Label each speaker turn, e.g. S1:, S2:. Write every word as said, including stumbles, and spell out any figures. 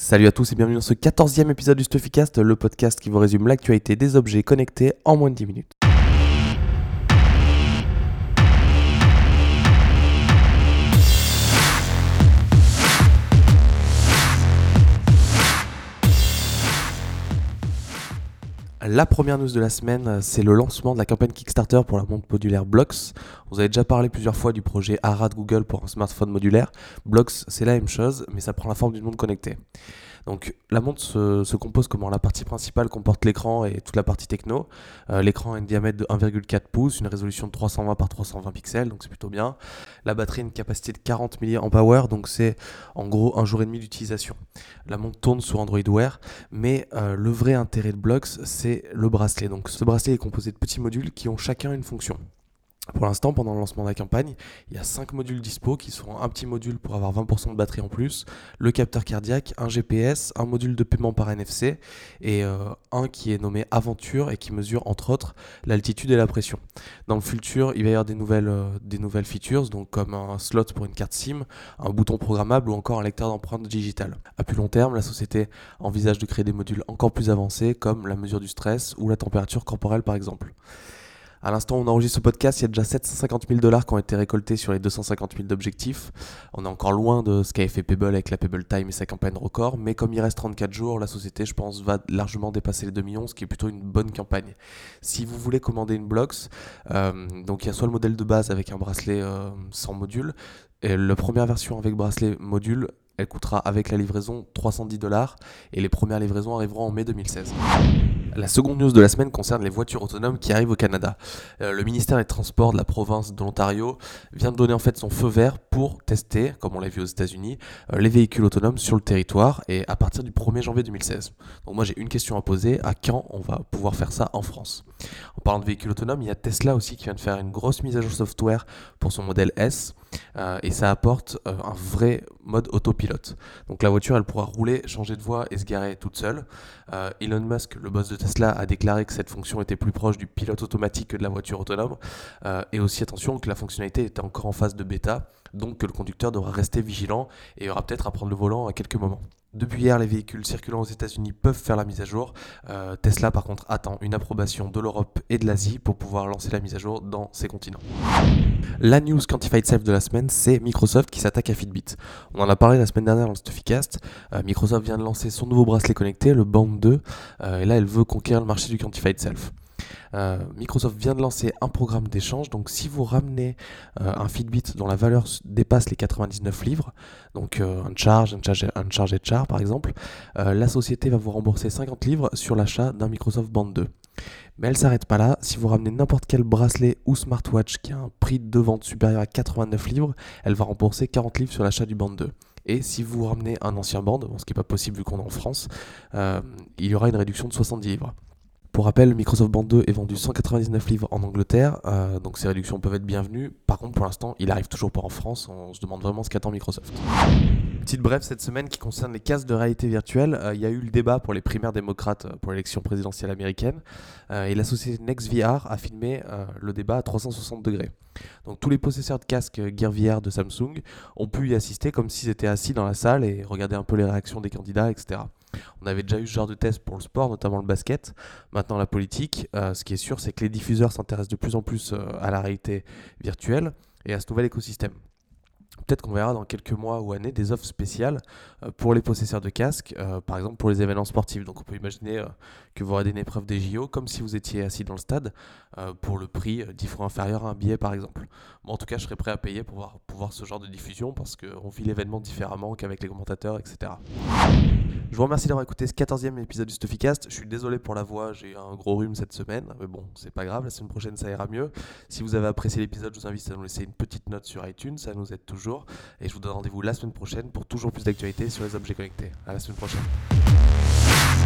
S1: Salut à tous et bienvenue dans ce quatorzième épisode du Stuffycast, le podcast qui vous résume l'actualité des objets connectés en moins de dix minutes. La première news de la semaine, c'est le lancement de la campagne Kickstarter pour la montre modulaire Blox. Vous avez déjà parlé plusieurs fois du projet Ara de Google pour un smartphone modulaire. Blox, c'est la même chose, mais ça prend la forme d'une montre connectée. Donc la montre se, se compose comment ? La partie principale comporte l'écran et toute la partie techno. Euh, l'écran a un diamètre de un virgule quatre pouces, une résolution de trois cent vingt par trois cent vingt pixels, donc c'est plutôt bien. La batterie a une capacité de quarante milliampères heure, donc c'est en gros un jour et demi d'utilisation. La montre tourne sur Android Wear, mais euh, le vrai intérêt de Blox, c'est le bracelet. Donc ce bracelet est composé de petits modules qui ont chacun une fonction. Pour l'instant, pendant le lancement de la campagne, il y a cinq modules dispo qui seront un petit module pour avoir vingt pour cent de batterie en plus, le capteur cardiaque, un G P S, un module de paiement par N F C et euh, un qui est nommé Aventure et qui mesure entre autres l'altitude et la pression. Dans le futur, il va y avoir des nouvelles, euh, des nouvelles features, donc comme un slot pour une carte SIM, un bouton programmable ou encore un lecteur d'empreintes digitales. À plus long terme, la société envisage de créer des modules encore plus avancés comme la mesure du stress ou la température corporelle par exemple. À l'instant où on enregistre ce podcast, il y a déjà sept cent cinquante mille dollars qui ont été récoltés sur les deux cent cinquante mille d'objectifs. On est encore loin de ce qu'avait fait Pebble avec la Pebble Time et sa campagne record, mais comme il reste trente-quatre jours, la société, je pense, va largement dépasser les deux millions, ce qui est plutôt une bonne campagne. Si vous voulez commander une Blox, euh, donc il y a soit le modèle de base avec un bracelet euh, sans module, et la première version avec bracelet module, elle coûtera avec la livraison trois cent dix dollars, et les premières livraisons arriveront en mai deux mille seize. La seconde news de la semaine concerne les voitures autonomes qui arrivent au Canada. Euh, le ministère des Transports de la province de l'Ontario vient de donner en fait son feu vert pour tester, comme on l'a vu aux États-Unis, euh, les véhicules autonomes sur le territoire et à partir du premier janvier deux mille seize. Donc moi j'ai une question à poser, à quand on va pouvoir faire ça en France ? En parlant de véhicules autonomes, il y a Tesla aussi qui vient de faire une grosse mise à jour software pour son modèle S euh, et ça apporte euh, un vrai mode autopilote. Donc la voiture elle pourra rouler, changer de voie et se garer toute seule. Euh, Elon Musk, le boss de Tesla, a déclaré que cette fonction était plus proche du pilote automatique que de la voiture autonome euh, et aussi attention que la fonctionnalité était encore en phase de bêta, donc que le conducteur devra rester vigilant et aura peut-être à prendre le volant à quelques moments. Depuis hier, les véhicules circulant aux États-Unis peuvent faire la mise à jour. Euh, Tesla, par contre, attend une approbation de l'Europe et de l'Asie pour pouvoir lancer la mise à jour dans ces continents. La news Quantified Self de la semaine, c'est Microsoft qui s'attaque à Fitbit. On en a parlé la semaine dernière dans le Stuffycast. Euh, Microsoft vient de lancer son nouveau bracelet connecté, le Band deux, euh, et là, elle veut conquérir le marché du Quantified Self. Euh, Microsoft vient de lancer un programme d'échange, donc si vous ramenez euh, un Fitbit dont la valeur dépasse les quatre-vingt-dix-neuf livres, donc euh, un charge, un charge, un charge et char par exemple, euh, la société va vous rembourser cinquante livres sur l'achat d'un Microsoft Band deux. Mais elle ne s'arrête pas là, si vous ramenez n'importe quel bracelet ou smartwatch qui a un prix de vente supérieur à quatre-vingt-neuf livres, elle va rembourser quarante livres sur l'achat du Band deux. Et si vous ramenez un ancien Band, bon, ce qui n'est pas possible vu qu'on est en France, euh, il y aura une réduction de soixante-dix livres. Pour rappel, le Microsoft Band deux est vendu cent quatre-vingt-dix-neuf livres en Angleterre, euh, donc ces réductions peuvent être bienvenues. Par contre, pour l'instant, il arrive toujours pas en France, on se demande vraiment ce qu'attend Microsoft. Petite brève cette semaine qui concerne les casques de réalité virtuelle. Euh, il y a eu le débat pour les primaires démocrates pour l'élection présidentielle américaine euh, et la société NextVR a filmé euh, le débat à trois cent soixante degrés. Donc tous les possesseurs de casques Gear V R de Samsung ont pu y assister comme s'ils étaient assis dans la salle et regarder un peu les réactions des candidats, et cetera. On avait déjà eu ce genre de test pour le sport, notamment le basket. Maintenant la politique, euh, ce qui est sûr, c'est que les diffuseurs s'intéressent de plus en plus euh, à la réalité virtuelle et à ce nouvel écosystème. Peut-être qu'on verra dans quelques mois ou années des offres spéciales euh, pour les possesseurs de casques, euh, par exemple pour les événements sportifs. Donc on peut imaginer euh, que vous aurez une épreuve des J O comme si vous étiez assis dans le stade euh, pour le prix dix fois inférieur à un billet par exemple. Bon, en tout cas, je serais prêt à payer pour voir, pour voir ce genre de diffusion parce qu'on vit l'événement différemment qu'avec les commentateurs, et cetera. Je vous remercie d'avoir écouté ce quatorzième épisode du Stuffycast. Je suis désolé pour la voix, j'ai eu un gros rhume cette semaine, mais bon, c'est pas grave, la semaine prochaine ça ira mieux. Si vous avez apprécié l'épisode, je vous invite à nous laisser une petite note sur iTunes, ça nous aide toujours. Et je vous donne rendez-vous la semaine prochaine pour toujours plus d'actualités sur les objets connectés. À la semaine prochaine.